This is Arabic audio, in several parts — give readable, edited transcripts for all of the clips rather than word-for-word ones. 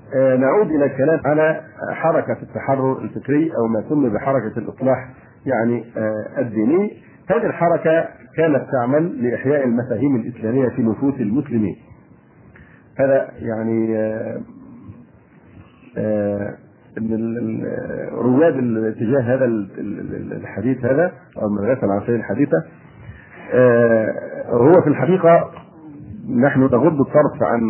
نعود إلى الكلام على حركة التحرر الفكري أو ما سمي بحركة الإصلاح يعني الديني. هذه الحركة كانت تعمل لإحياء المفاهيم الإسلامية في نفوس المسلمين. هذا يعني رواد الاتجاه هذا الحديث هذا أو المدرسة العصرية الحديثة هو في الحقيقة نحن نغض الطرف عن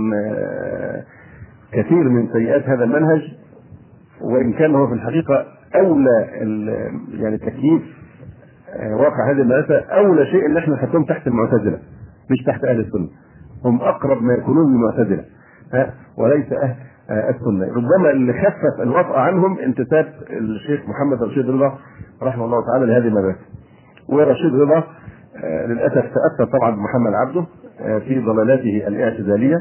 كثير من سيئات هذا المنهج، وإن كان هو في الحقيقة أولى يعني تكييف واقع هذه المدرسة أولى شيء إن احنا نحطهم تحت المعتزلة مش تحت أهل السنة. هم أقرب ما يكونون للمعتزلة وليس أهل السنة. ربما اللي خفف الوطأ عنهم انتساب الشيخ محمد رشيد رضا رحمه الله تعالى لهذه المدرسة. ورشيد رضا للأسف تأثر طبعا بمحمد عبده في ضلالاته الاعتزالية،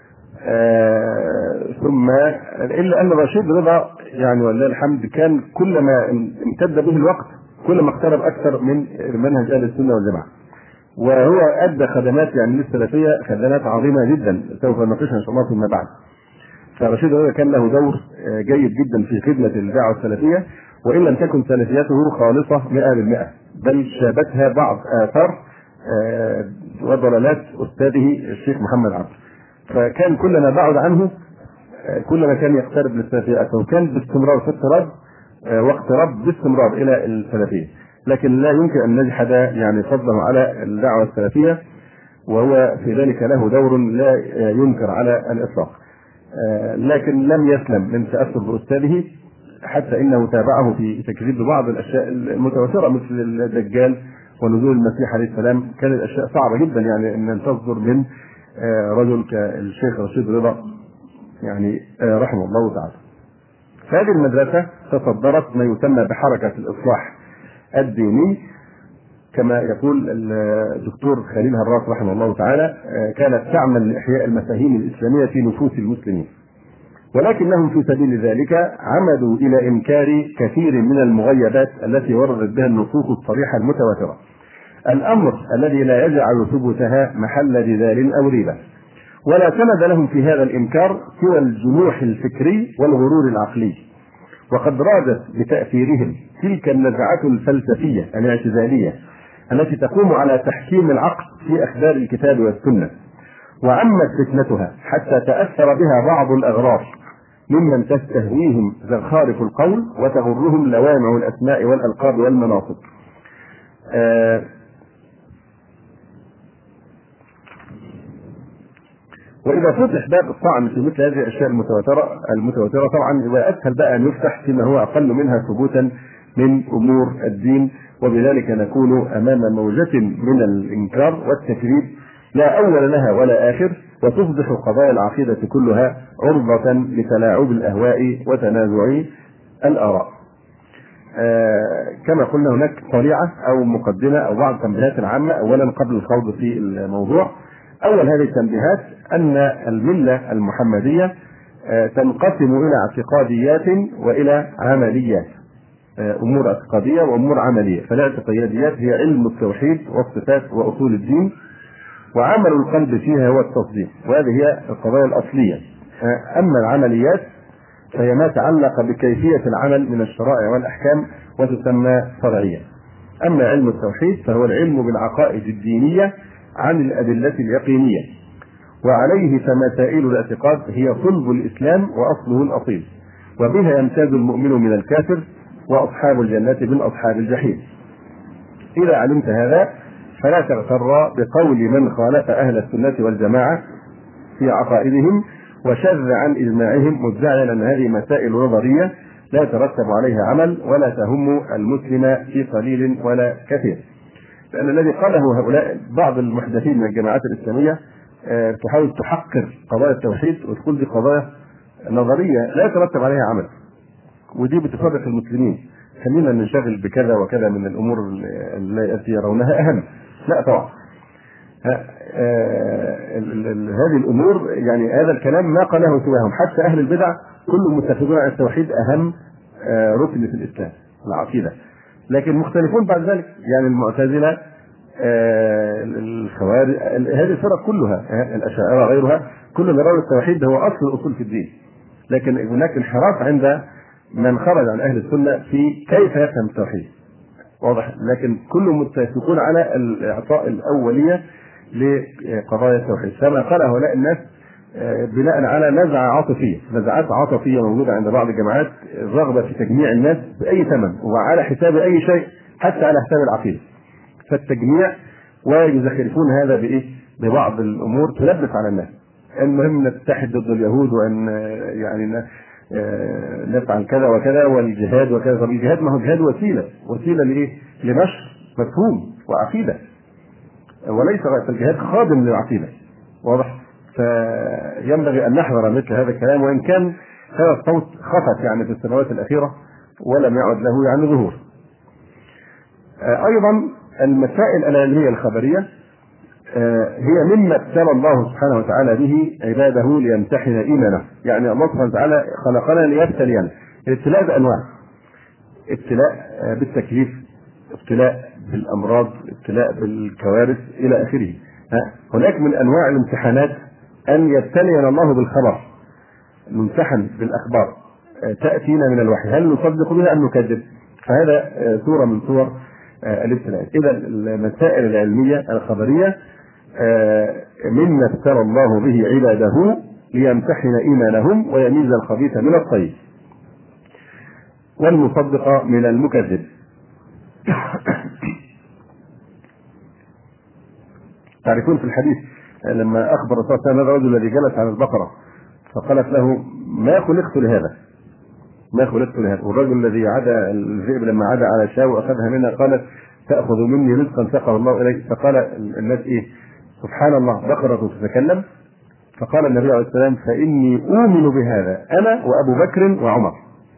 ثم إلا أن رشيد رضا يعني ولله الحمد كان كلما امتد به الوقت كلما اقترب أكثر من منهج أهل السنة والجماعة، وهو أدى خدمات يعني للسلفية خدمات عظيمة جدا سوف نناقشها إن شاء الله فيما بعد. فرشيد رضا كان له دور جيد جدا في خدمة الدعوة السلفية، وإن لم تكن سلفيته خالصة 100%، بل شابتها بعض آثار وضلالات أستاذه الشيخ محمد عبد. فكان كلما بعد عنه كلما كان يقترب للسلفية أكثر، وكان باستمرار في اضطراب واقتراب باستمرار إلى السلفية، لكن لا يمكن أن نجحد يعني فضله على الدعوة السلفية، وهو في ذلك له دور لا ينكر على الإطلاق. لكن لم يسلم من تأثر بأستاذه، حتى إنه تابعه في تكذيب بعض الأشياء المتواترة مثل الدجال ونزول المسيح عليه السلام. كانت أشياء صعبة جدا يعني أن تصدر من رجل كالشيخ رشيد رضا يعني رحمه الله تعالى. فهذه المدرسة تصدرت ما يسمى بحركة الإصلاح الديني كما يقول الدكتور خليل هراس رحمه الله تعالى، كانت تعمل لإحياء المفاهيم الإسلامية في نفوس المسلمين، ولكنهم في سبيل ذلك عمدوا إلى إنكار كثير من المغيبات التي وردت بها النصوص الصريحة المتواترة، الأمر الذي لا يجعل ثبوتها محل جدال أو ريبة. ولا سند لهم في هذا الإنكار سوى الجموح الفكري والغرور العقلي، وقد رادت بتأثيرهم تلك النزعات الفلسفية الاعتزالية التي تقوم على تحكيم العقل في أخبار الكتاب والسنة، وعمت فتنتها حتى تأثر بها بعض الأغرار ممن تستهويهم زخارف القول وتغرهم لوامع الأسماء والألقاب والمناصب. وإذا فتح باب الطعن في مثل هذه الأشياء المتواترة طبعا يبقى أسهل بقى أن يفتح فيما هو أقل منها ثبوتا من أمور الدين، وبذلك نكون أمام موجة من الإنكار والتكذيب لا أول لها ولا آخر، وتصبح قضايا العقيدة كلها عرضة لتلاعب الأهواء وتنازع الآراء. كما قلنا هناك طليعة أو مقدمة أو بعض التنبيهات العامة أولا قبل الخوض في الموضوع. أول هذه التنبيهات أن الملة المحمدية تنقسم إلى اعتقاديات وإلى عمليات، أمور اعتقادية وأمور عملية. فالاعتقاديات هي علم التوحيد والصفات وأصول الدين، وعمل القلب فيها هو التصديق، وهذه هي القضايا الأصلية. أما العمليات فهي ما تعلق بكيفية العمل من الشرائع والأحكام وتسمى فرعية. أما علم التوحيد فهو العلم بالعقائد الدينية عن الأدلة اليقينية، وعليه فمسائل الاعتقاد هي صلب الإسلام وأصله الأصيل، وبها يمتاز المؤمن من الكافر وأصحاب الجنة من أصحاب الجحيم. إذا علمت هذا فلا تغتر بقول من خالف أهل السنة والجماعة في عقائدهم وشذ عن إجماعهم مدعيا أن هذه مسائل نظرية لا يترتب عليها عمل ولا تهم المسلم في قليل ولا كثير. لأن الذي قاله هؤلاء بعض المحدثين من الجماعات الإسلامية تحاول تحقر قضايا التوحيد وتقول دي قضايا نظرية لا يترتب عليها عمل، ودي بتفرق المسلمين، خلينا ننشغل بكذا وكذا من الأمور التي يرونها أهم. لا طبعا، هذه الأمور يعني هذا الكلام ما قاله سواهم، حتى أهل البدع كلهم متفقون على التوحيد أهم ركن في الإسلام العقيدة، لكن مختلفون بعد ذلك. يعني المعتزلة الخوارج هذه الفرق كلها الأشاعرة غيرها كلهم يرون التوحيد هو أصل الأصول في الدين، لكن هناك انحراف عند من خرج عن اهل السنه في كيف يفهم التوحيد، واضح. لكن كلهم متفقون على الاعطاء الاوليه لقضايا التوحيد، كما قال هؤلاء الناس بناء على نزعات عاطفيه موجوده عند بعض الجماعات، الرغبه في تجميع الناس باي ثمن وعلى حساب اي شيء، حتى على حساب العقيده. فالتجميع ويزخرفون هذا بايه؟ ببعض الامور تلبس على الناس. المهم نتحد ضد اليهود، وان يعني نفعل كذا وكذا، والجهاد وكذا. طب الجهاد ما هو جهاد وسيله لايه؟ لنشر مفهوم وعقيده، وليس الجهاد خادم للعقيده، واضح. فينبغي ان نحذر مثل هذا الكلام، وان كان هذا الصوت خفت يعني في السنوات الاخيره ولم يعد له يعني ظهور. ايضا المسائل العلميه الخبريه هي مما ابتلى الله سبحانه وتعالى به عباده ليمتحن ايمانه. يعني الله سبحانه وتعالى خلقنا ليبتلينا. الابتلاء بانواع: ابتلاء بالتكليف، ابتلاء بالامراض، ابتلاء بالكوارث الى اخره. هناك من انواع الامتحانات ان يبتلينا الله بالخبر، نمتحن بالاخبار تاتينا من الوحي، هل نصدق بها ام نكذب؟ فهذا صوره من صور الابتلاء. اذا المسائل العلميه الخبريه مما ابتلى الله به عباده ليمتحن ايمانهم ويميز الخبيث من الطيب والمصدق من المكذب. تعرفون في الحديث لما اخبر الرسول صلى الله عليه وسلم هذا الرجل الذي جلس على البقره فقالت له: ما خلقت لهذا، والرجل الذي عدا الذئب لما عدا على شاة واخذها منها قالت: تاخذ مني رزقا ساقه الله اليك. فقال الناس: ايه؟ سبحان الله، بقره تتكلم. فقال النبي عليه السلام: فاني اؤمن بهذا انا وابو بكر وعمر.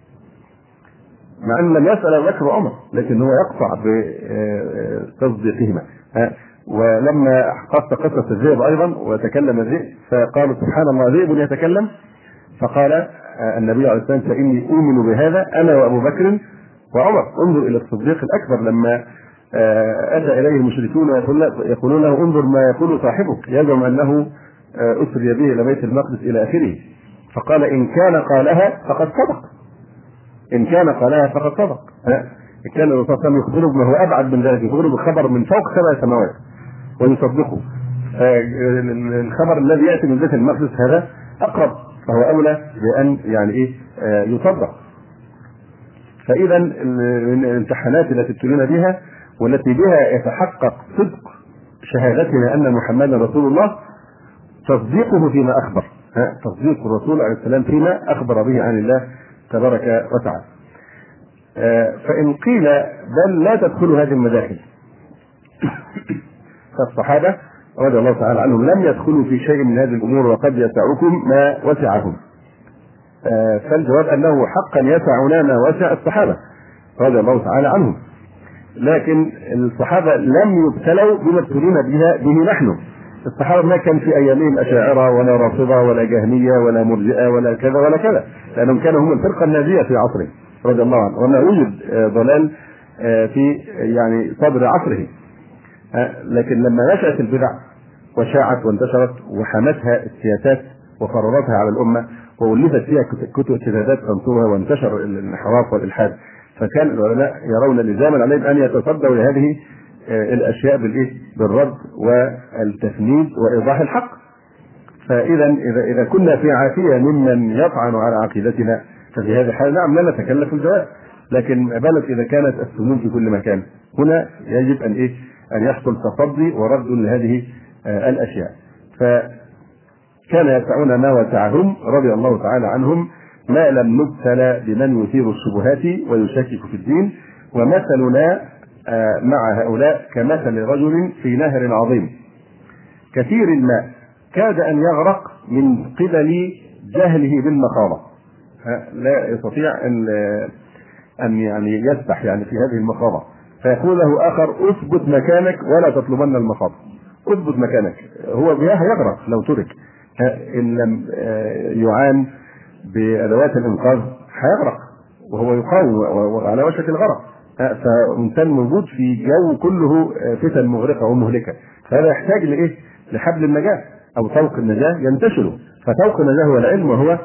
مع ان لم يسال ابو بكر وعمر، لكن هو يقطع بتصديقهما. ولما قصة الذئب ايضا وتكلم الذئب فقالوا: سبحان الله، ذئب يتكلم. فقال النبي عليه السلام: فاني اؤمن بهذا انا وابو بكر وعمر. انظر الى الصديق الاكبر لما اتى اليه المشركون يقولون له: انظر ما يقول صاحبك، يزعم انه اسري به الى بيت المقدس الى اخره. فقال: ان كان قالها فقد صدق. ان كان الرسول صلى الله عليه وسلم يخبره بما هو ابعد من ذلك، يخبره بخبر من فوق 7 سماوات ويصدقه. الخبر الذي ياتي من بيت المقدس هذا اقرب، فهو اولى بان يعني ايه يصدق. فاذا من الامتحانات التي ابتلينا بها والتي بها يتحقق صدق شهادتنا ان محمدا رسول الله تصديقه فيما اخبر، تصديق الرسول عليه السلام فيما اخبر به عن الله تبارك وتعالى. فان قيل بل لا تدخل هذه المداخل، فالصحابه رضي الله تعالى عنهم لم يدخلوا في شيء من هذه الامور وقد يسعكم ما وسعهم. فالجواب انه حقا يسعنا ما وسع الصحابه رضي الله تعالى عنهم، لكن الصحابه لم يبتلوا بما ابتلينا به نحن. الصحابه ما كان في ايامهم اشاعره ولا رافضه ولا جهميه ولا مرجئه ولا كذا ولا كذا، لانهم كانوا هم الفرقه الناجيه في عصره رضي الله عنه، وما وجد ضلال في يعني صدر عصره. لكن لما نشأت البدع وشاعت وانتشرت وحمتها السياسات وقررتها على الامه وولفت فيها كتابات تنصرها وانتشر الانحراف والالحاد، فكان العلماء يرون لزاما عليهم ان يتصدوا لهذه الاشياء بالرد والتفنيد وايضاح الحق. فاذا اذا كنا في عافيه ممن يطعن على عقيدتنا ففي هذه الحاله نعم لا نتكلف الجواب، لكن بالك اذا كانت السموم في كل مكان، هنا يجب ان يحصل تصدي ورد لهذه الاشياء. فكان يسعون ما وسعهم رضي الله تعالى عنهم ما لم نبتلى بمن يثير الشبهات ويشكك في الدين. ومثلنا مع هؤلاء كمثل رجل في نهر عظيم كثير الماء كاد ان يغرق من قبل جهله بالمخاضة، لا يستطيع ان يعني يسبح يعني في هذه المخاضة، فيقول له اخر: اثبت مكانك ولا تطلبن المخاضة، اثبت مكانك، هو بها يغرق لو ترك، ان لم يعان بادوات الانقاذ هيغرق وهو يقاوم وعلى وشك الغرق. فإنسان موجود في جو كله فتن مغرقة ومهلكة، فهذا يحتاج لحبل النجاة أو طوق النجاة ينتشره. فطوق النجاة هو العلم وهو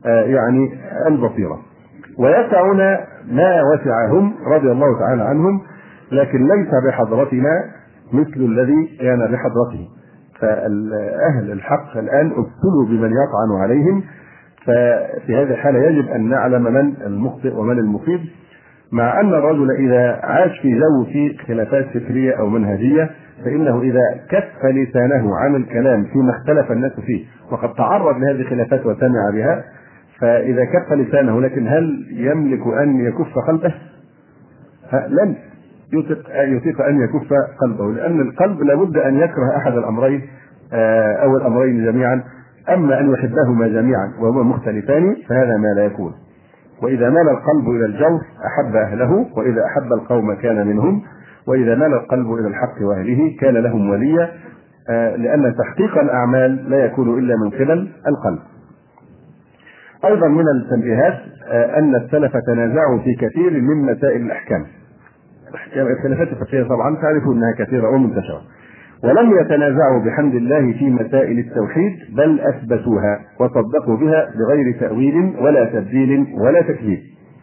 يعني البصيرة. ويسعنا ما وسعهم رضي الله تعالى عنهم، لكن ليس بحضرتنا مثل الذي كان بحضرته. فأهل الحق الآن ابتلوا بمن يطعن عليهم، ففي هذه الحالة يجب أن نعلم من المخطئ ومن المصيب، مع أن الرجل إذا عاش في جو فيه خلافات فكرية أو منهجية فإنه إذا كف لسانه عن الكلام فيما اختلف الناس فيه وقد تعرض لهذه الخلافات وسمع بها، فإذا كف لسانه، لكن هل يملك أن يكف قلبه؟ لن يطيق أن يكف قلبه، لأن القلب لابد أن يكره أحد الأمرين أو الأمرين جميعا. أما أن يحبهما جميعا وهما مختلفان فهذا ما لا يكون. وإذا مال القلب إلى الجور أحب أهله، وإذا أحب القوم كان منهم، وإذا مال القلب إلى الحق وأهله كان لهم وليا، لأن تحقيق الأعمال لا يكون إلا من قبل القلب. أيضا من التنبيهات أن السلف تنازعوا في كثير من مسائل الأحكام. الخلافات الفقهية طبعا تعرفوا أنها كثيرة ومنتشرة، ولم يتنازعوا بحمد الله في مسائل التوحيد، بل أثبتوها وصدقوا بها بغير تأويل ولا تبديل ولا تكذيب.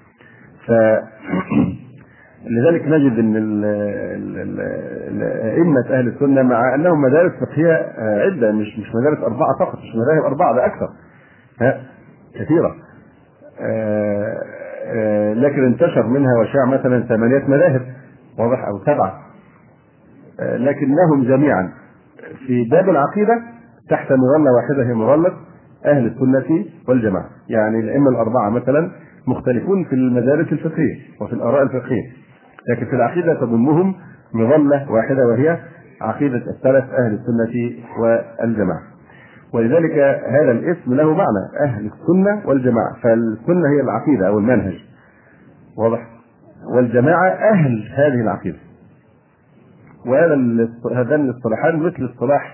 لذلك نجد أن أئمة أهل السنة مع أنهم مدارس فقهية عدة، مش مدارس 4 فقط، مش مذاهب 4، ده أكثر كثيرة، لكن انتشر منها وشاع مثلا 8 مذاهب واضح أو 7، لكنهم جميعا في باب العقيدة تحت مظلة واحدة هي مظلة أهل السنة والجماعة. يعني الأئمة ال4 مثلا مختلفون في المدارس الفقهية وفي الآراء الفقهية، لكن في العقيدة تضمهم مظلة واحدة وهي عقيدة السلف أهل السنة والجماعة. ولذلك هذا الاسم له معنى، أهل السنة والجماعة، فالسنة هي العقيدة أو المنهج واضح، والجماعة أهل هذه العقيدة. وهذان الاصطلاحان مثل اصطلاح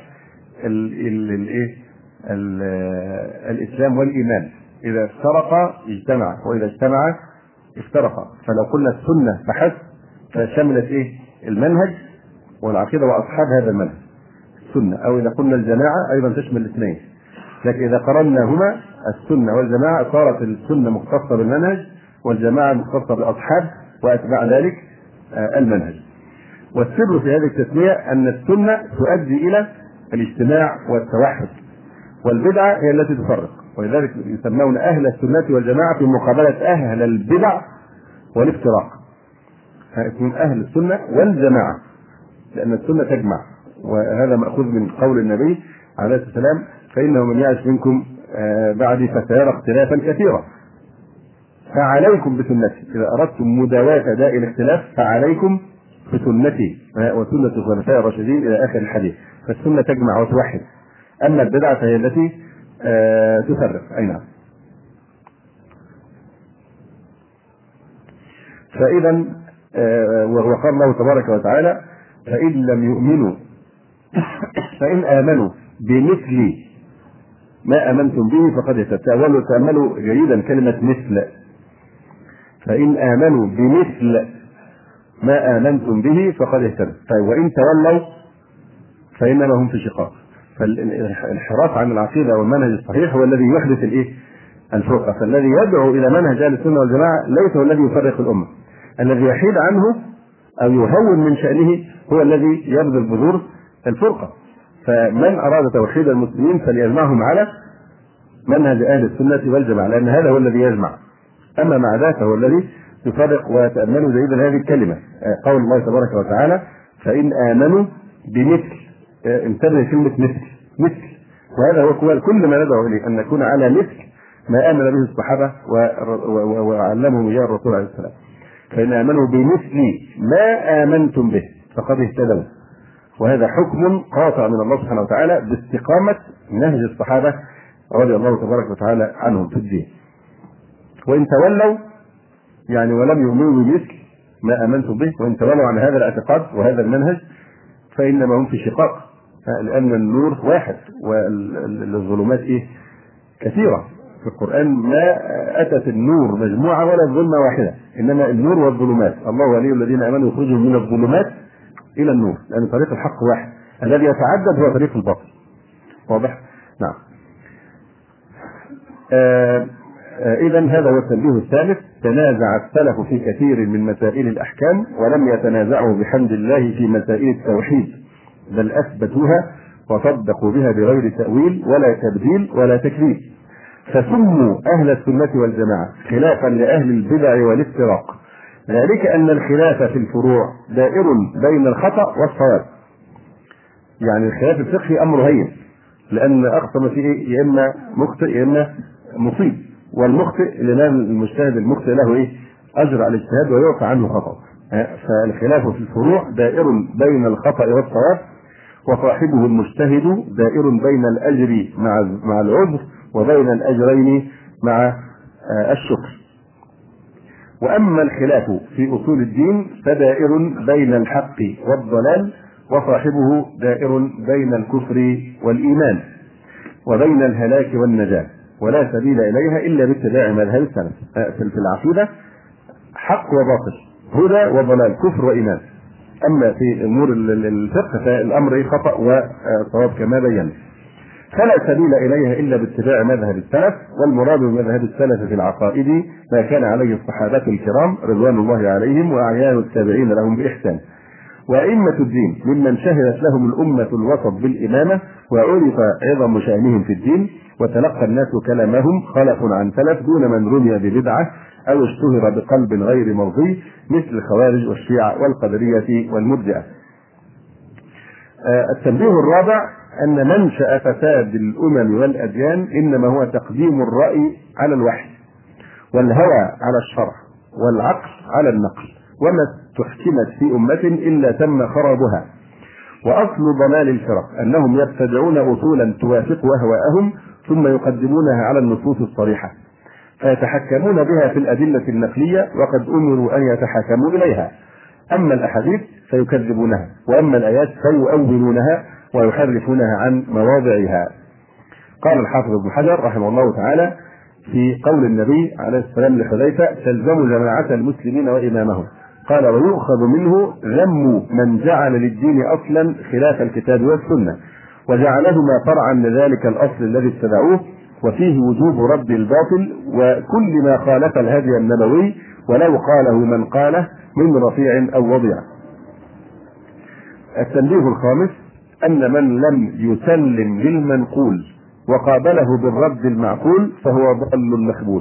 الإسلام والإيمان، إذا افترقا اجتمعا وإذا اجتمعا افترقا. فلو قلنا السنة فحسب فشملت المنهج والعقيدة وأصحاب هذا المنهج السنة، أو إذا قلنا الجماعة أيضا تشمل الاثنين. لكن إذا قرناهما السنة والجماعة صارت السنة مختصة بالمنهج والجماعة مختصة بأصحاب وأتباع ذلك المنهج. والسر في هذه التسمية أن السنة تؤدي إلى الاجتماع والتوحد، والبدعة هي التي تفرق، ولذلك يسمون أهل السنة والجماعة في مقابلة أهل البدع والافتراق. اسمهم أهل السنة والجماعة لأن السنة تجمع، وهذا مأخوذ من قول النبي عليه الصلاة والسلام: فإنه من يعش منكم بعدي فسيرى اختلافا كثيرا فعليكم بسنتي. إذا أردتم مداواة داء الاختلاف فعليكم بسنتي وسنة الخلفاء الراشدين إلى آخر الحديث. فالسنة تجمع وتوحد، أما البدعة فهي التي تفرق. أي نعم. فإذا وقال الله تبارك وتعالى: فإن لم يؤمنوا فإن آمنوا بمثل ما آمنتم به فقد اهتدوا. تأملوا جيدا كلمة مثل. فإن آمنوا بمثل ما آمنتم به فقد اهتدوا. وإن تولوا فإنما هم في شقاق. فالانحراف عن العقيدة والمنهج الصحيح هو الذي يحدث الفرقة. فالذي يدعو إلى منهج أهل السنة والجماعة ليس هو الذي يفرق الأمة. الذي يحيد عنه أو يهون من شأنه هو الذي يبذل بذور الفرقة. فمن أراد توحيد المسلمين فليجمعهم على منهج أهل السنة والجماعة، لأن هذا هو الذي يجمع. أما مع ذاك هو الذي يفرق. وتأملوا جيدا هذه الكلمة، قول الله تبارك وتعالى: فإن آمنوا بمثل. انتبه كلمة مثل. وهذا هو كل ما ندعو إليه، أن نكون على مثل ما آمن به الصحابة وعلمهم إياه الرسول عليه السلام. فإن آمنوا بمثل ما آمنتم به فقد اهتدوا. وهذا حكم قاطع من الله سبحانه وتعالى باستقامة نهج الصحابة رضي الله تبارك وتعالى عنهم في الدين. وإن تولوا يعني ولم يؤمنوا بمثل ما آمنتم به، وإن تولوا عن هذا الاعتقاد وهذا المنهج فإنما هم في شقاق، لأن النور واحد والظلمات كثيرة. في القرآن ما أتت النور مجموعة ولا الظلمة واحدة، إنما النور والظلمات. الله ولي الذين آمنوا يخرجهم من الظلمات إلى النور، لأن طريق الحق واحد، الذي يتعدد هو طريق الباطل. واضح؟ نعم. إذا هذا هو التنبيه الثالث. تنازع السلف في كثير من مسائل الأحكام ولم يتنازعوا بحمد الله في مسائل التوحيد، بل أثبتوها وصدقوا بها بغير تأويل ولا تبديل ولا تكذيب، فسموا أهل السنة والجماعة خلافا لأهل البدع والافتراق، ذلك أن الخلاف في الفروع دائر بين الخطأ والصواب. يعني الخلاف الفقهي أمر هين، لأن أقصى فيه يا إما مخطئ يا إما مصيب، والمخطئ الإمام المجتهد المخطئ له أجر على الاجتهاد ويعفى عنه خطأ. فالخلاف في الفروع دائر بين الخطأ والصواب، وصاحبه المجتهد دائر بين الأجر مع العذر وبين الأجرين مع الشكر. وأما الخلاف في أصول الدين فدائر بين الحق والضلال، وصاحبه دائر بين الكفر والإيمان وبين الهلاك والنجاة، ولا سبيل إليها إلا باتباع مذهب السلف. في العقيدة حق وباطل، هدى وضلال، كفر وإيمان. أما في أمور الفقه فالأمر خطأ وصواب كما بينا. فلا سبيل إليها إلا باتباع مذهب السلف، والمراد بمذهب السلف في العقائد ما كان عليه الصحابة الكرام رضوان الله عليهم وأعيان التابعين لهم بإحسان، وأئمة الدين ممن شهدت لهم الأمة الوسط بالإمامة وعرف عظم شأنهم في الدين، وتلقى الناس كلامهم خلف عن سلف دون من رمي ببدعة أو اشتهر بقلب غير مرضي مثل الخوارج والشيعة والقدرية والمرجئة. التنبيه الرابع أن منشأ فساد الأمم والأديان إنما هو تقديم الرأي على الوحي، والهوى على الشرع، والعقل على النقل، وما تحكمت في أمة إلا تم خرابها. وأصل ضلال الفرق أنهم يبتدعون أصولا توافق أهواءهم ثم يقدمونها على النصوص الصريحة، فيتحكمون بها في الأدلة النقلية وقد أمروا أن يتحكموا إليها. أما الأحاديث فيكذبونها، وأما الآيات فيؤولونها ويحرفونها عن مواضعها. قال الحافظ ابن حجر رحمه الله تعالى في قول النبي عليه السلام لحذيفة: تلزم جماعة المسلمين وإمامهم. قال: ويؤخذ منه ذم من جعل للدين أصلا خلاف الكتاب والسنة وجعلهما فرعا لذلك الأصل الذي اتبعوه، وفيه وجوب رد الباطل وكل ما خالف الهدي النبوي ولو قاله من قاله من رفيع أو وضيع. التنبيه الخامس أن من لم يسلم للمنقول وقابله بالرد المعقول فهو ضال مخبول.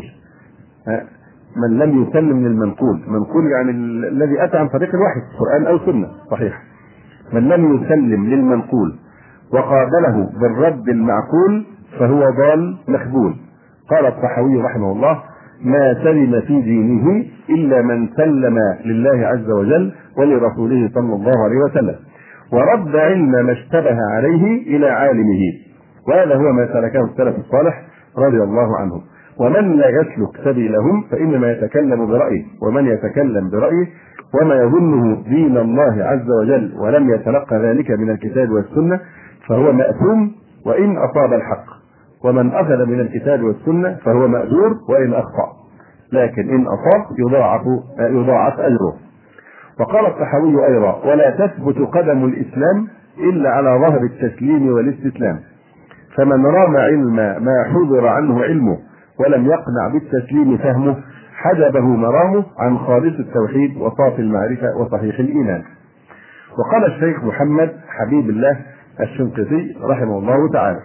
من لم يسلم للمنقول، منقول يعني الذي أتى عن طريق الوحي قرآن أو سنة صحيح، من لم يسلم للمنقول وقابله بالرد المعقول فهو ضال مخبول. قال الطحاوي رحمه الله: ما سلم في دينه إلا من سلم لله عز وجل ولرسوله صلى الله عليه وسلم، ورد علم ما اشتبه عليه إلى عالمه. وهذا هو ما سلكه السلف الصالح رضي الله عنهم. ومن لا يسلك سبيلهم فإنما يتكلم برأيه، ومن يتكلم برأيه وما يظنه دين الله عز وجل ولم يتلقى ذلك من الكتاب والسنة فهو مأثوم وإن أصاب الحق، ومن أخذ من الكتاب والسنة فهو مأجور وإن أخطأ، لكن إن أصاب يضاعف أجره. وقال الطحاوي أيضا: ولا تثبت قدم الإسلام إلا على ظهر التسليم والاستسلام، فمن رام علم ما حضر عنه علمه ولم يقنع بالتسليم فهمه حجبه مرامه عن خالص التوحيد وصافي المعرفة وصحيح الإيمان. وقال الشيخ محمد حبيب الله الشنقيطي رحمه الله تعالى: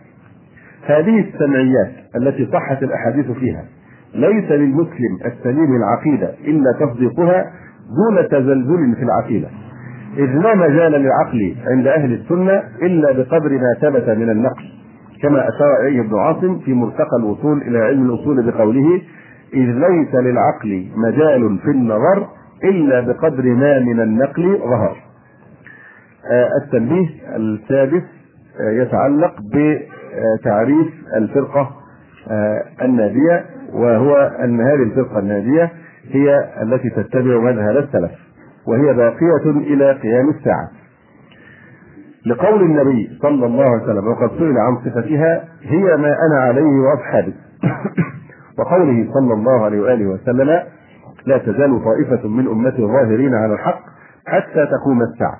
هذه السمعيات التي صحت الأحاديث فيها ليس للمسلم السليم العقيدة إلا تصديقها دون تزلزل في العقيدة، إذ لا مجال للعقل عند أهل السنة إلا بقدر ما ثبت من النقل، كما أشار إليه ابن عاصم في مرتقى الوصول إلى علم الأصول بقوله: إذ ليس للعقل مجال في النظر إلا بقدر ما من النقل ظهر. التنبيه السادس يتعلق بتعريف الفرقة الناجية، وهو أن هذه الفرقة الناجية هي التي تتبع مذهب السلف، وهي باقية إلى قيام الساعة، لقول النبي صلى الله عليه وسلم وقد سئل عن صفتها: هي ما أنا عليه وأصحابي. وقوله صلى الله عليه وآله وسلم: لا تزال طائفة من أمتي ظاهرين على الحق حتى تقوم الساعة.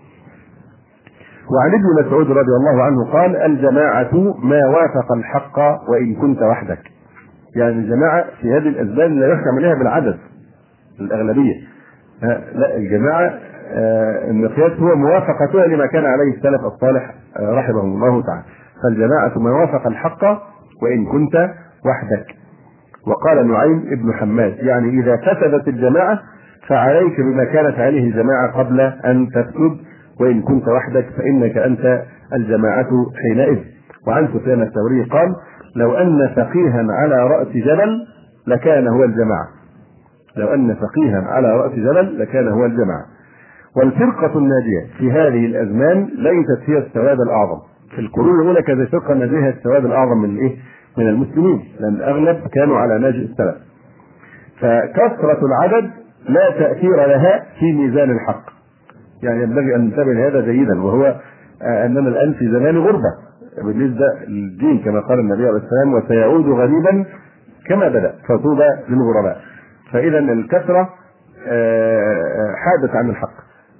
وعن ابن مسعود رضي الله عنه قال: الجماعة ما وافق الحق وإن كنت وحدك. يعني الجماعة في هذه الأزمان لا يحكم عليها بالعدد الأغلبية، لا، الجماعة المقياس هو موافقتها لما كان عليه السلف الصالح رحمهم الله تعالى. فالجماعة ما وافق الحق وإن كنت وحدك. وقال نعيم ابن حماد يعني إذا فسدت الجماعة فعليك بما كانت عليه الجماعة قبل أن تفسد، وإن كنت وحدك فإنك أنت الجماعة حينئذ. وعن سفيان الثوري قال لو أن فقيها على رأس جبل لكان هو الجماعة، لو أن فقيها على رأس جبل لكان هو الجماعة. والفرقة الناجية في هذه الأزمان ليست هي السواد الأعظم. في القرون الأولى كانت الفرقة الناجية هي السواد الأعظم من المسلمين، لأن الأغلب كانوا على ناجي السلف. فكثرة العدد لا تأثير لها في ميزان الحق. يعني ينبغي أن ننتبه لهذا جيدا، وهو أننا الآن في زمان غربة بالنسبة للدين كما قال النبي عليه السلام وسيعود غريبا كما بدأ فطوبى للغرباء. فإذا الكثرة حادت عن الحق.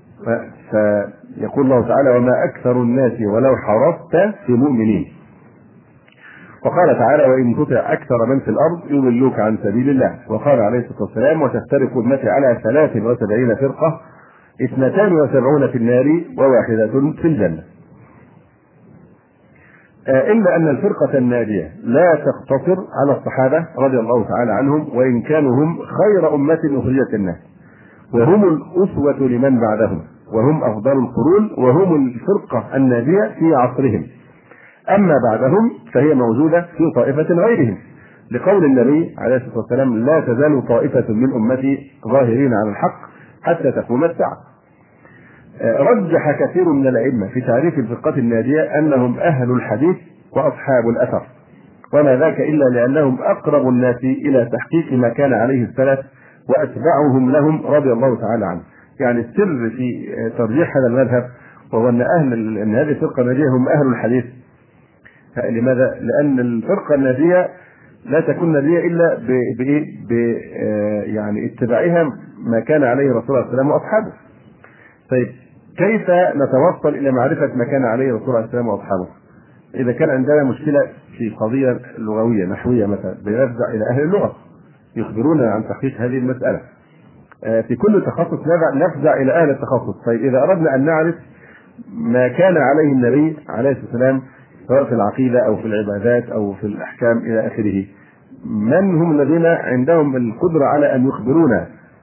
فيقول الله تعالى وما أكثر الناس ولو حرصت بمؤمنين. وقال تعالى وإن تطع أكثر من في الأرض يضلوك عن سبيل الله. وقال عليه الصلاة والسلام وتفترق أمتي على 73 فرقة 72 في النار وواحدة في الجنة. إلا أن الفرقة الناجية لا تقتصر على الصحابة رضي الله تعالى عنهم، وإن كانوا هم خير أمة أخرجت الناس، وهم الأسوة لمن بعدهم، وهم أفضل القرون، وهم الفرقة الناجية في عصرهم. أما بعدهم فهي موجودة في طائفة غيرهم، لقول النبي عليه الصلاة والسلام لا تزال طائفة من أمتي ظاهرين على الحق حتى تقوم الساعة. رجح كثير من الأئمة في تعريف الفرقة الناجية أنهم أهل الحديث وأصحاب الأثر، وما ذاك إلا لأنهم أقرب الناس إلى تحقيق ما كان عليه السلف وأتباعهم لهم رضي الله تعالى عنه. يعني السر في ترجيح هذا المذهب وهو أن هذه الفرقة الناجية هم أهل الحديث. لماذا؟ لأن الفرقة الناجية لا تكون ناجية إلا يعني اتباعها ما كان عليه رسول الله صلى الله عليه وسلم وأصحابه. طيب كيف نتوصل إلى معرفة ما كان عليه رسول الله صلى الله عليه وسلم وأصحابه؟ إذا كان عندنا مشكلة في قضية لغوية نحوية مثلا بنرجع إلى أهل اللغة يخبرونا عن تحقيق هذه المسألة. في كل تخصص نفزع إلى أهل التخصص. طيب إذا أردنا أن نعرف ما كان عليه النبي عليه الصلاة والسلام سواء في العقيدة أو في العبادات أو في الأحكام إلى آخره، من هم الذين عندهم القدرة على أن يخبرونا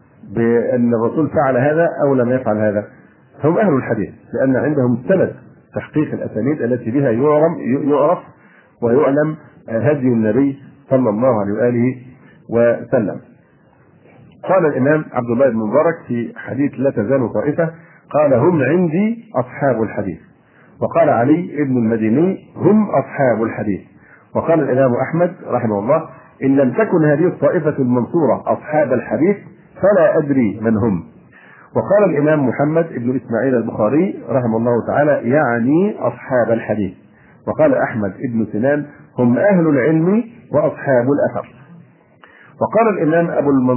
بأن الرسول فعل هذا أو لم يفعل هذا؟ هم أهل الحديث، لأن عندهم سند تحقيق الأسانيد التي بها يعرف ويعلم هدي النبي صلى الله عليه وآله وسلم. قال الإمام عبد الله بن مبارك في حديث لا تزال طائفة قال هم عندي أصحاب الحديث. وقال علي بن المديني هم أصحاب الحديث. وقال الإمام أحمد رحمه الله إن لم تكن هذه الطائفة المنصورة أصحاب الحديث فلا أدري من هم. وقال الإمام محمد بن إسماعيل البخاري رحمه الله تعالى يعني أصحاب الحديث. وقال أحمد بن سنان هم أهل العلم وأصحاب الأثر. وقال الإمام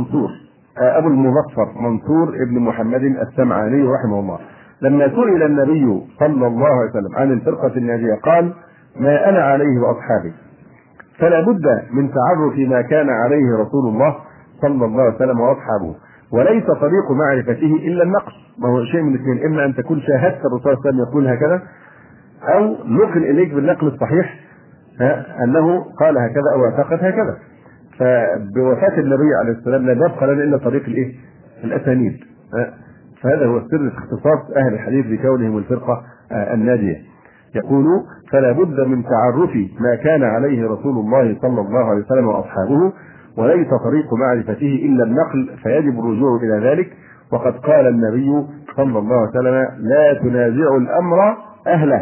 أبو المظفر منصور بن محمد السمعاني رحمه الله لما سئل النبي صلى الله عليه وسلم عن الفرقة الناجية قال ما أنا عليه وأصحابي. فلا بد من تعرف ما كان عليه رسول الله صلى الله عليه وسلم وأصحابه، وليس طريق معرفته إلا النقل. ما هو شيء من الاثنين، إما أن تكون شاهدت الرسول صلى الله عليه وسلم يقول هكذا أو نقل إليك بالنقل الصحيح أنه قال هكذا أو اعتقد هكذا. فبوفاة النبي عليه السلام لا يبقى لنا إلا طريق الأسانيد. فهذا هو السر في اختصاص أهل الحديث بكونهم الفرقة الناجية. يقول فلا بد من تعرف ما كان عليه رسول الله صلى الله عليه وسلم وأصحابه، وليس طريق معرفته إلا النقل، فيجب الرجوع إلى ذلك. وقد قال النبي صلى الله عليه وسلم لا تنازعوا الأمر أهله.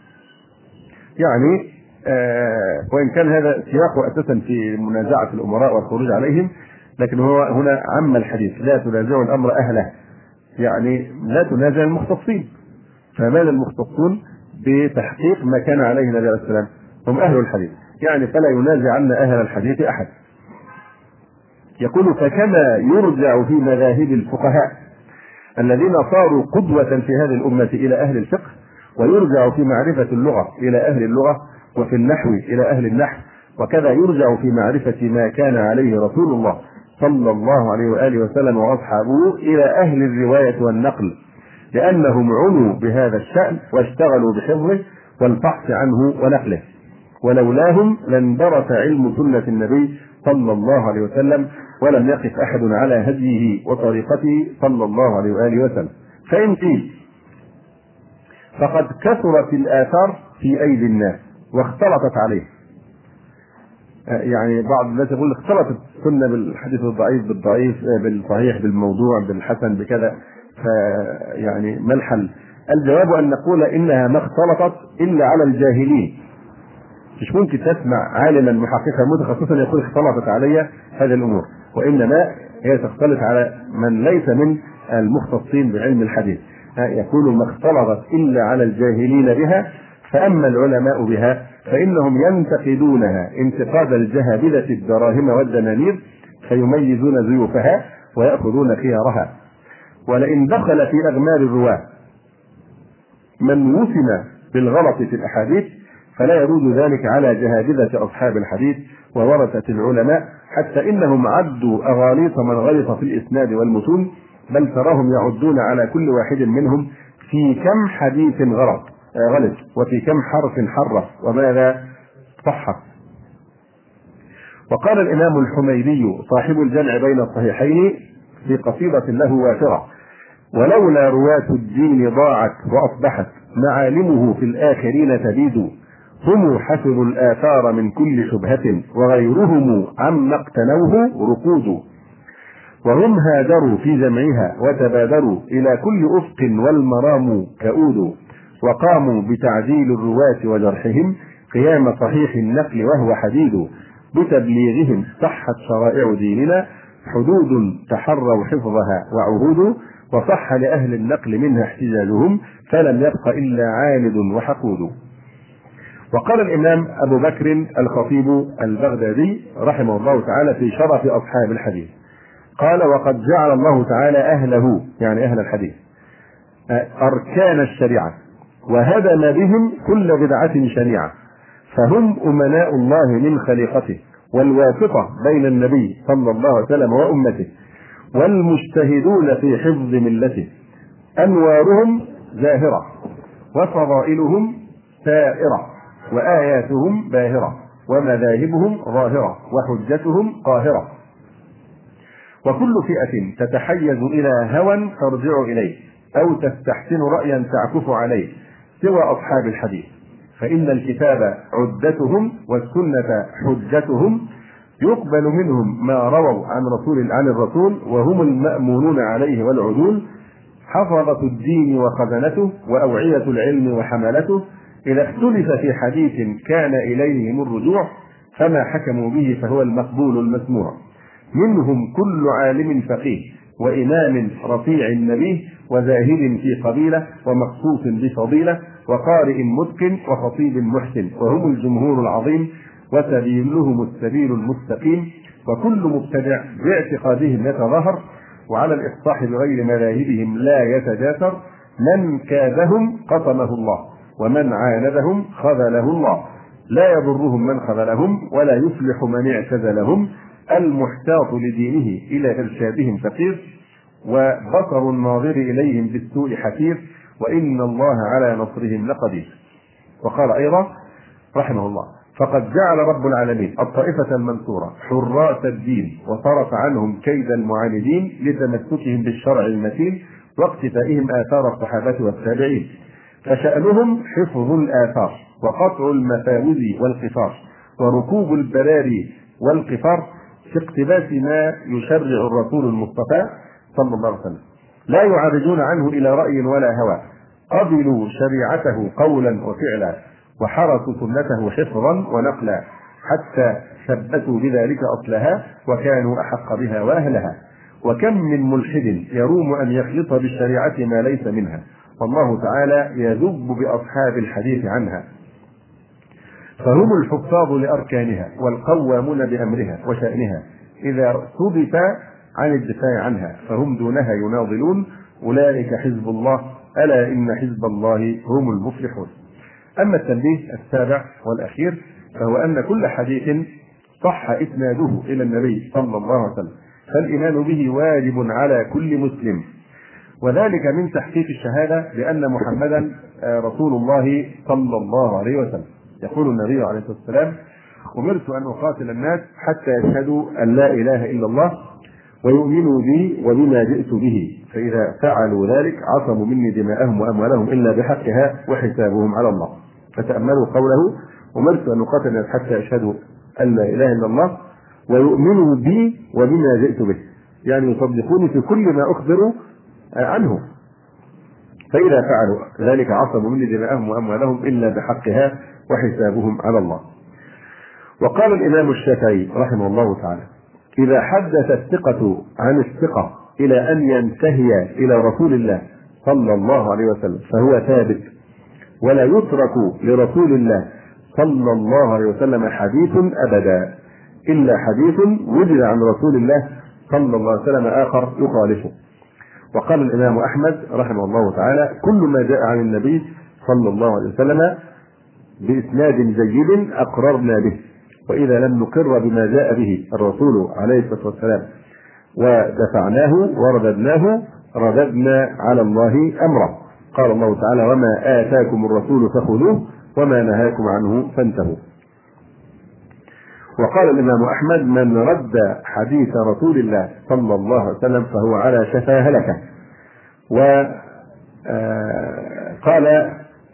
يعني وإن كان هذا سياقه أساسا في منازعة الأمراء والخروج عليهم، لكن هو هنا عم الحديث لا تنازعوا الأمر أهله، يعني لا تنازع المختصين. فماذا المختصون بتحقيق ما كان عليه النبي عليه السلام؟ هم أهل الحديث، يعني فلا ينازعن أهل الحديث أحد. يقول فكما يرجع في مذاهب الفقهاء الذين صاروا قدوة في هذه الأمة إلى أهل الفقه، ويرجع في معرفة اللغة إلى أهل اللغة، وفي النحو إلى أهل النحو، وكذا يرجع في معرفة ما كان عليه رسول الله صلى الله عليه وآله وسلم وأصحابه إلى أهل الرواية والنقل، لأنهم عنوا بهذا الشأن واشتغلوا بحفظه والبحث عنه ونقله، ولولاهم لاندرس علم سنة النبي صلى الله عليه وسلم، ولم يقف أحد على هديه وطريقته صلى الله عليه وآله وسلم. فإن قيل فقد كثرت الآثار في أيدي الناس واختلطت عليه، يعني بعض الناس يقول اختلطت السنة بالحديث الضعيف بالضعيف، بالصحيح بالموضوع بالحسن بكذا، فيعني ما الحل؟ الجواب أن نقول إنها ما اختلطت إلا على الجاهلين. مش ممكن تسمع عالما محققا متخصصا يقول اختلطت علي هذه الأمور، وإنما هي تختلط على من ليس من المختصين بعلم الحديث، يقول ما اختلطت إلا على الجاهلين بها. فأما العلماء بها فإنهم ينتقدونها انتقاد الجهابذة الدراهم والدنانير، فيميزون زيوفها ويأخذون خيارها. ولئن دخل في أغمار الرواة من وسم بالغلط في الأحاديث فلا يرد ذلك على جهابذة أصحاب الحديث وورثة العلماء، حتى إنهم عدوا أغاليط من غلط في الإسناد والمتون، بل تراهم يعدون على كل واحد منهم في كم حديث غلط وفي كم حرف حرف وماذا صحف. وقال الإمام الحميدي صاحب الجمع بين الصحيحين في قصيدة له وافرة: ولولا رواة الدين ضاعت وأصبحت معالمه في الآخرين تبيد، هم حسبوا الآثار من كل شبهة وغيرهم عما اقتنوه ركود، وهم هاجروا في جمعها وتبادروا إلى كل أفق والمرام كؤود، وقاموا بتعديل الرواة وجرحهم قيام صحيح النقل وهو حديد، بتبليغهم صحت شرائع ديننا حدود تحروا حفظها وعهود، وصح لأهل النقل منها احتجاجهم فلم يبق إلا عاند وحقود. وقال الإمام أبو بكر الخطيب البغدادي رحمه الله تعالى في شرف أصحاب الحديث قال: وقد جعل الله تعالى أهله يعني أهل الحديث أركان الشريعة وهدم بهم كل بدعة شنيعة، فهم أمناء الله من خليقته والواسطة بين النبي صلى الله عليه وسلم وأمته والمجتهدون في حفظ ملته، أنوارهم زاهرة وفضائلهم سائرة وآياتهم باهرة ومذاهبهم ظاهرة وحجتهم قاهرة، وكل فئة تتحيز إلى هوى ترجع إليه أو تستحسن رأيا تعكف عليه سوى أصحاب الحديث، فإن الكتاب عدتهم والسنة حجتهم، يقبل منهم ما رووا عن الرسول وهم المأمونون عليه والعدول، حفظة الدين وخزنته وأوعية العلم وحملته، إذا اختلف في حديث كان إليهم الرجوع فما حكموا به فهو المقبول المسموع، منهم كل عالم فقيه وإمام رفيع نبيه وزاهد في قبيلة ومخصوص بفضيلة وقارئ متقن وخطيب محسن، وهم الجمهور العظيم وسبيلهم السبيل المستقيم، وكل مبتدع باعتقادهم يتظاهر وعلى الإفصاح بغير مذاهبهم لا يتجاسر، من كادهم قطمه الله ومن عاندهم خذله الله، لا يضرهم من خذلهم ولا يفلح من اعتزلهم، المحتاط لدينه إلى إرشادهم فقير، وبصر الناظر إليهم بالسوء حسير، وإن الله على نصرهم لقدير. وقال أيضا رحمه الله: فقد جعل رب العالمين الطائفة المنصورة حراس الدين وصرف عنهم كيد المعاندين لتمسكهم بالشرع المتين واقتفائهم آثار الصحابة والتابعين، فشأنهم حفظ الآثار وقطع المفاوز والقصار وركوب البراري والقفار في اقتباس ما يشرع الرسول المصطفى صلى الله عليه وسلم، لا يعرجون عنه إلى رأي ولا هوى، قبلوا شريعته قولا وفعلا وحرسوا سنته حفظا ونقلا، حتى ثبتوا بذلك أصلها وكانوا أحق بها وأهلها. وكم من ملحد يروم أن يخلط بالشريعة ما ليس منها، والله تعالى يذب بأصحاب الحديث عنها، فهم الحفاظ لأركانها والقوامون بأمرها وشأنها، إذا صدف عن الدفاع عنها فهم دونها يناضلون، أولئك حزب الله ألا إن حزب الله هم المفلحون. أما التنبيه السابع والأخير فهو أن كل حديث صح إسناده إلى النبي صلى الله عليه وسلم فالإيمان به واجب على كل مسلم، وذلك من تحقيق الشهادة بأن محمدا رسول الله صلى الله عليه وسلم. يقول النبي عليه الصلاة والسلام: أمرت أن أقاتل الناس حتى يشهدوا أن لا إله إلا الله ويؤمنوا بي وبما جئت به، فإذا فعلوا ذلك عصموا مني دماءهم وأموالهم إلا بحقها وحسابهم على الله. فتأملوا قوله: أمرت أن أقاتل الناس حتى يشهدوا أن لا إله إلا الله ويؤمنوا بي وبما جئت به، يعني يصدقوني في كل ما أخبروا عنه، فإذا فعلوا ذلك عصموا مني دماءهم وأموالهم إلا بحقها وحسابهم على الله. وقال الإمام الشافعي رحمه الله تعالى: إذا حدث الثقة عن الثقة إلى أن ينتهي إلى رسول الله صلى الله عليه وسلم فهو ثابت، ولا يترك لرسول الله صلى الله عليه وسلم حديث أبدا إلا حديث وجد عن رسول الله صلى الله عليه وسلم آخر يخالفه. وقال الإمام أحمد رحمه الله تعالى: كل ما جاء عن النبي صلى الله عليه وسلم بإسناد جيد أقررنا به، وإذا لم نقر بما جاء به الرسول عليه الصلاة والسلام ودفعناه ورددناه رددنا على الله أمره. قال الله تعالى: وما آتاكم الرسول فخذوه وما نهاكم عنه فانتهوا. وقال الإمام أحمد: من رد حديث رسول الله صلى الله عليه وسلم فهو على شفا هلكة. وقال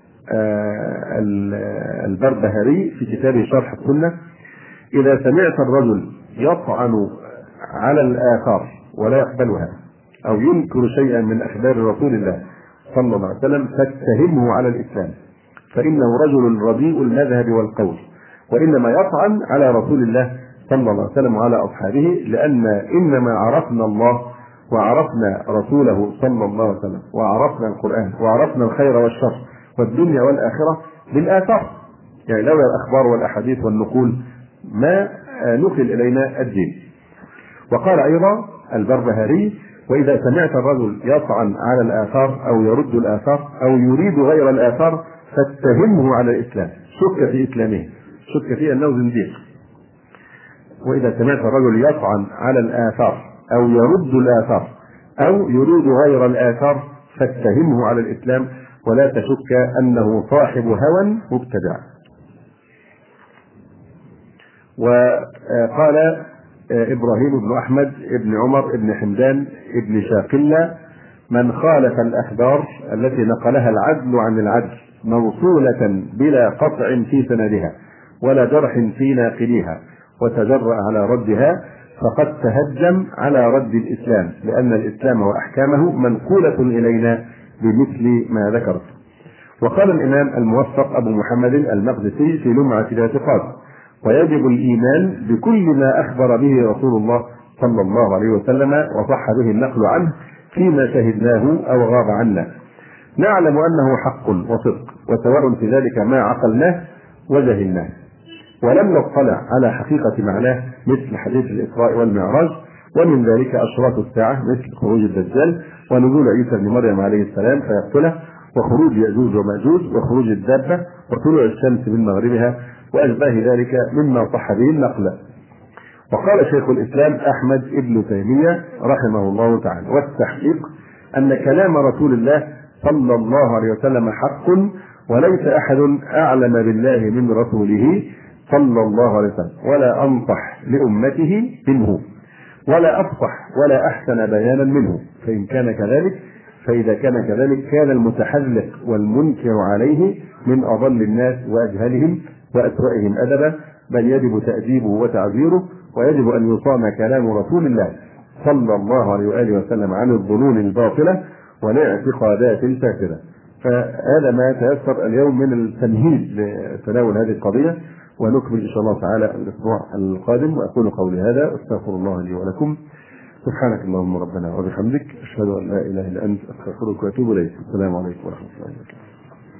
البربهاري في كتابه شرح السنة: إذا سمعت الرجل يطعن على الآثار ولا يقبلها أو ينكر شيئا من أخبار رسول الله صلى الله عليه وسلم فاتهمه على الإسلام، فإنه رجل رديء المذهب والقول، وإنما يطعن على رسول الله صلى الله عليه وسلم وعلى أصحابه، لأن إنما عرفنا الله وعرفنا رسوله صلى الله عليه وسلم وعرفنا القرآن وعرفنا الخير والشر والدنيا والآخرة بالآثار، يعني لولا الأخبار والأحاديث والنقول ما نقل إلينا الدين. وقال أيضا البربهاري: وإذا سمعت الرجل يطعن على الآثار أو يرد الآثار أو يريد غير الآثار فاتهمه على الإسلام، شك في إسلامه، شك في أنه زنديق. وإذا سمعت الرجل يطعن على الآثار أو يرد الآثار أو يريد غير الآثار فاتهمه على الإسلام، ولا تشك أنه صاحب هوى مبتدع. وقال إبراهيم بن أحمد بن عمر بن حمدان بن شاقلة: من خالف الأخبار التي نقلها العدل عن العدل موصولة بلا قطع في سندها ولا جرح في ناقليها وتجرأ على ردها فقد تهجم على رد الإسلام، لأن الإسلام وأحكامه منقولة إلينا بمثل ما ذكرت. وقال الإمام الموفق أبو محمد المقدسي في لمعة الاعتقاد: ويجب الإيمان بكل ما أخبر به رسول الله صلى الله عليه وسلم وصح به النقل عنه فيما شهدناه أو غاب عنا، نعلم أنه حق وصدق، وسواء في ذلك ما عقلناه وجهلناه ولم نطلع على حقيقة معناه، مثل حديث الإسراء والمعراج، ومن ذلك أشراط الساعة مثل خروج الدجال ونزول عيسى بن مريم عليه السلام فيقتله، وخروج يأجوج ومأجوج، وخروج الدابة، وطلوع الشمس من مغربها، وأشباه ذلك مما صح به النقل. وقال شيخ الإسلام أحمد ابن تيمية رحمه الله تعالى: والتحقيق أن كلام رسول الله صلى الله عليه وسلم حق، وليس أحد أعلم بالله من رسوله صلى الله عليه وسلم، ولا أنصح لأمته منه، ولا أفصح ولا أحسن بيانا منه. فإن كان كذلك، فإذا كان كذلك كان المتحذلق والمنكر عليه من أضل الناس وأجهلهم وأسوأهم أدبا، بل يجب تأديبه وتعذيره، ويجب أن يصان كلام رسول الله صلى الله عليه وآله وسلم عن الظنون الباطلة والاعتقادات الفاسدة. فهذا ما يتيسر اليوم من التمهيد لتناول هذه القضية، ونكمل إن شاء الله تعالى الأسبوع القادم. وأقول قولي هذا، أستغفر الله لي ولكم. سبحانك اللهم ربنا وبحمدك، أشهد أن لا إله إلا أنت، أستغفرك وأتوب إليك. السلام عليكم ورحمة الله وبركاته.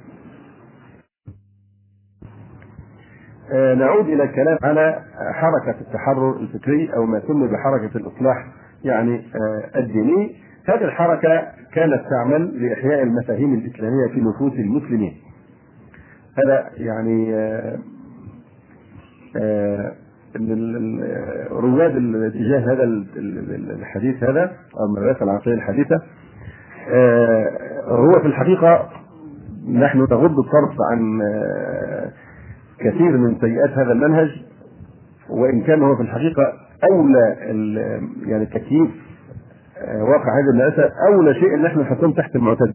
نعود إلى الكلام على حركة التحرر الفكري أو ما سمي بحركة الإصلاح يعني الديني. هذه الحركة كانت تعمل لإحياء المفاهيم الإسلامية في نفوس المسلمين. هذا يعني رواد الاتجاه هذا الحديث هذا او المدرسه العقليه الحديثه هو في الحقيقه نحن نغض الطرف عن كثير من سيئات هذا المنهج، وان كان هو في الحقيقه اولى يعني تكييف واقع هذه المدرسه اولى شيء ان احنا نحطهم تحت المعتدل.